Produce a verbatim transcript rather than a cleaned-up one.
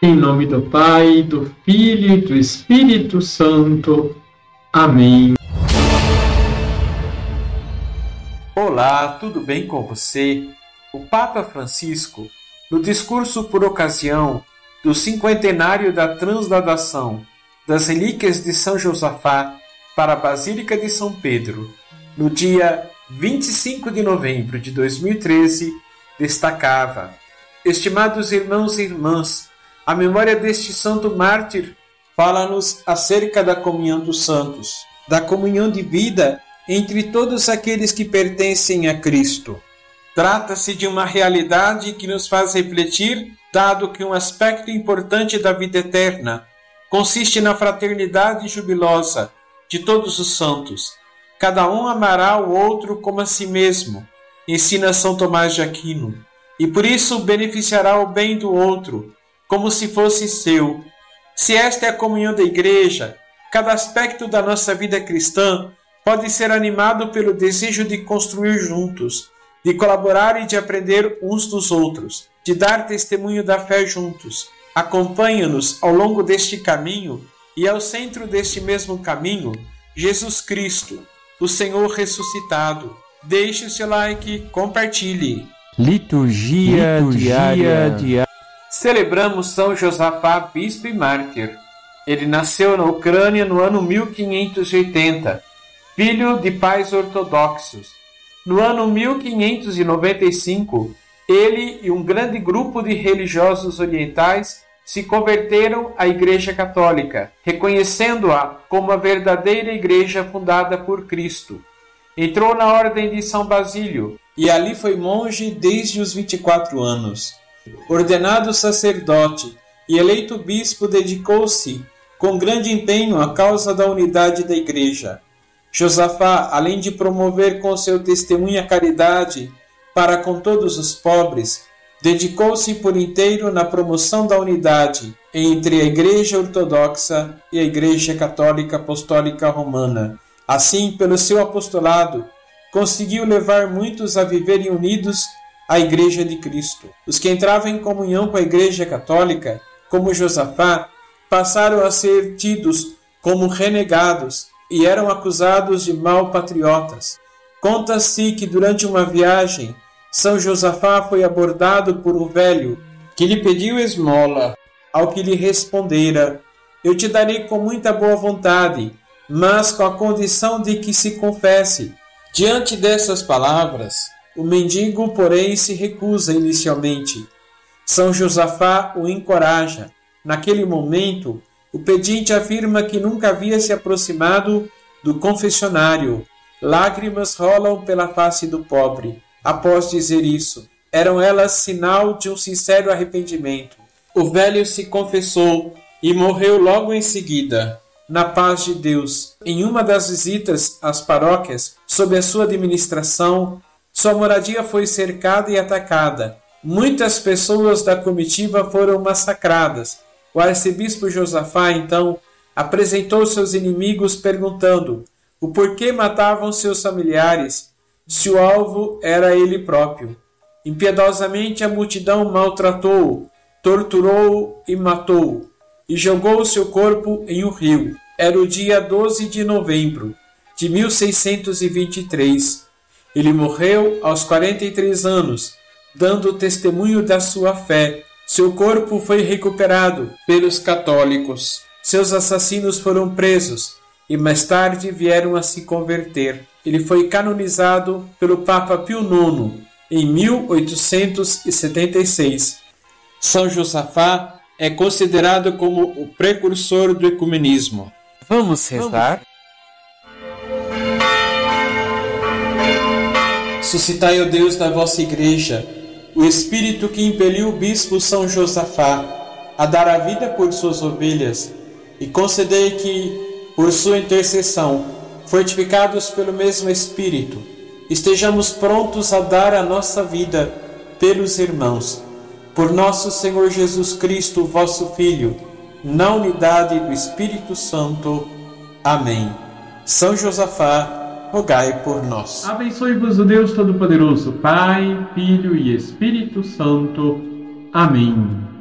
Em nome do Pai, do Filho e do Espírito Santo. Amém. Olá, tudo bem com você? O Papa Francisco, no discurso por ocasião do cinquentenário da transladação das relíquias de São Josafá para a Basílica de São Pedro, no dia vinte e cinco de novembro de dois mil e treze, destacava: estimados irmãos e irmãs, a memória deste santo mártir fala-nos acerca da comunhão dos santos, da comunhão de vida entre todos aqueles que pertencem a Cristo. Trata-se de uma realidade que nos faz refletir, dado que um aspecto importante da vida eterna consiste na fraternidade jubilosa de todos os santos. Cada um amará o outro como a si mesmo, ensina São Tomás de Aquino, e por isso beneficiará o bem do outro, como se fosse seu. Se esta é a comunhão da Igreja, cada aspecto da nossa vida cristã pode ser animado pelo desejo de construir juntos, de colaborar e de aprender uns dos outros, de dar testemunho da fé juntos. Acompanha-nos ao longo deste caminho e ao centro deste mesmo caminho, Jesus Cristo, o Senhor ressuscitado. Deixe o seu like, compartilhe. Liturgia, Liturgia diária. Celebramos São Josafá, bispo e mártir. Ele nasceu na Ucrânia no ano mil quinhentos e oitenta, filho de pais ortodoxos. No ano mil quinhentos e noventa e cinco, ele e um grande grupo de religiosos orientais se converteram à Igreja Católica, reconhecendo-a como a verdadeira Igreja fundada por Cristo. Entrou na Ordem de São Basílio e ali foi monge desde os vinte e quatro anos. Ordenado sacerdote e eleito bispo, dedicou-se com grande empenho à causa da unidade da Igreja. Josafá, além de promover com seu testemunho a caridade para com todos os pobres, dedicou-se por inteiro na promoção da unidade entre a Igreja Ortodoxa e a Igreja Católica Apostólica Romana. Assim, pelo seu apostolado, conseguiu levar muitos a viverem unidos à Igreja de Cristo. Os que entravam em comunhão com a Igreja Católica, como Josafá, passaram a ser tidos como renegados e eram acusados de mal patriotas. Conta-se que durante uma viagem, São Josafá foi abordado por um velho que lhe pediu esmola, ao que lhe respondera: eu te darei com muita boa vontade, mas com a condição de que se confesse. Diante dessas palavras, o mendigo, porém, se recusa inicialmente. São Josafá o encoraja. Naquele momento, o pedinte afirma que nunca havia se aproximado do confessionário. Lágrimas rolam pela face do pobre. Após dizer isso, eram elas sinal de um sincero arrependimento. O velho se confessou e morreu logo em seguida, na paz de Deus. Em uma das visitas às paróquias, sob a sua administração, sua moradia foi cercada e atacada. Muitas pessoas da comitiva foram massacradas. O arcebispo Josafá, então, apresentou seus inimigos perguntando o porquê matavam seus familiares, se o alvo era ele próprio. Impiedosamente a multidão maltratou-o, torturou-o e matou-o, e jogou seu corpo em um rio. Era o dia doze de novembro de mil seiscentos e vinte e três. Ele morreu aos quarenta e três anos, dando testemunho da sua fé. Seu corpo foi recuperado pelos católicos. Seus assassinos foram presos e mais tarde vieram a se converter. Ele foi canonizado pelo Papa Pio nono em mil oitocentos e setenta e seis. São Josafá é considerado como o precursor do ecumenismo. Vamos rezar? Suscitai, ó Deus, da vossa Igreja, o Espírito que impeliu o bispo São Josafá a dar a vida por suas ovelhas, e concedei que, por sua intercessão, fortificados pelo mesmo Espírito, estejamos prontos a dar a nossa vida pelos irmãos. Por nosso Senhor Jesus Cristo, vosso Filho, na unidade do Espírito Santo. Amém. São Josafá, rogai por nós. Abençoe-vos o Deus Todo-Poderoso, Pai, Filho e Espírito Santo. Amém.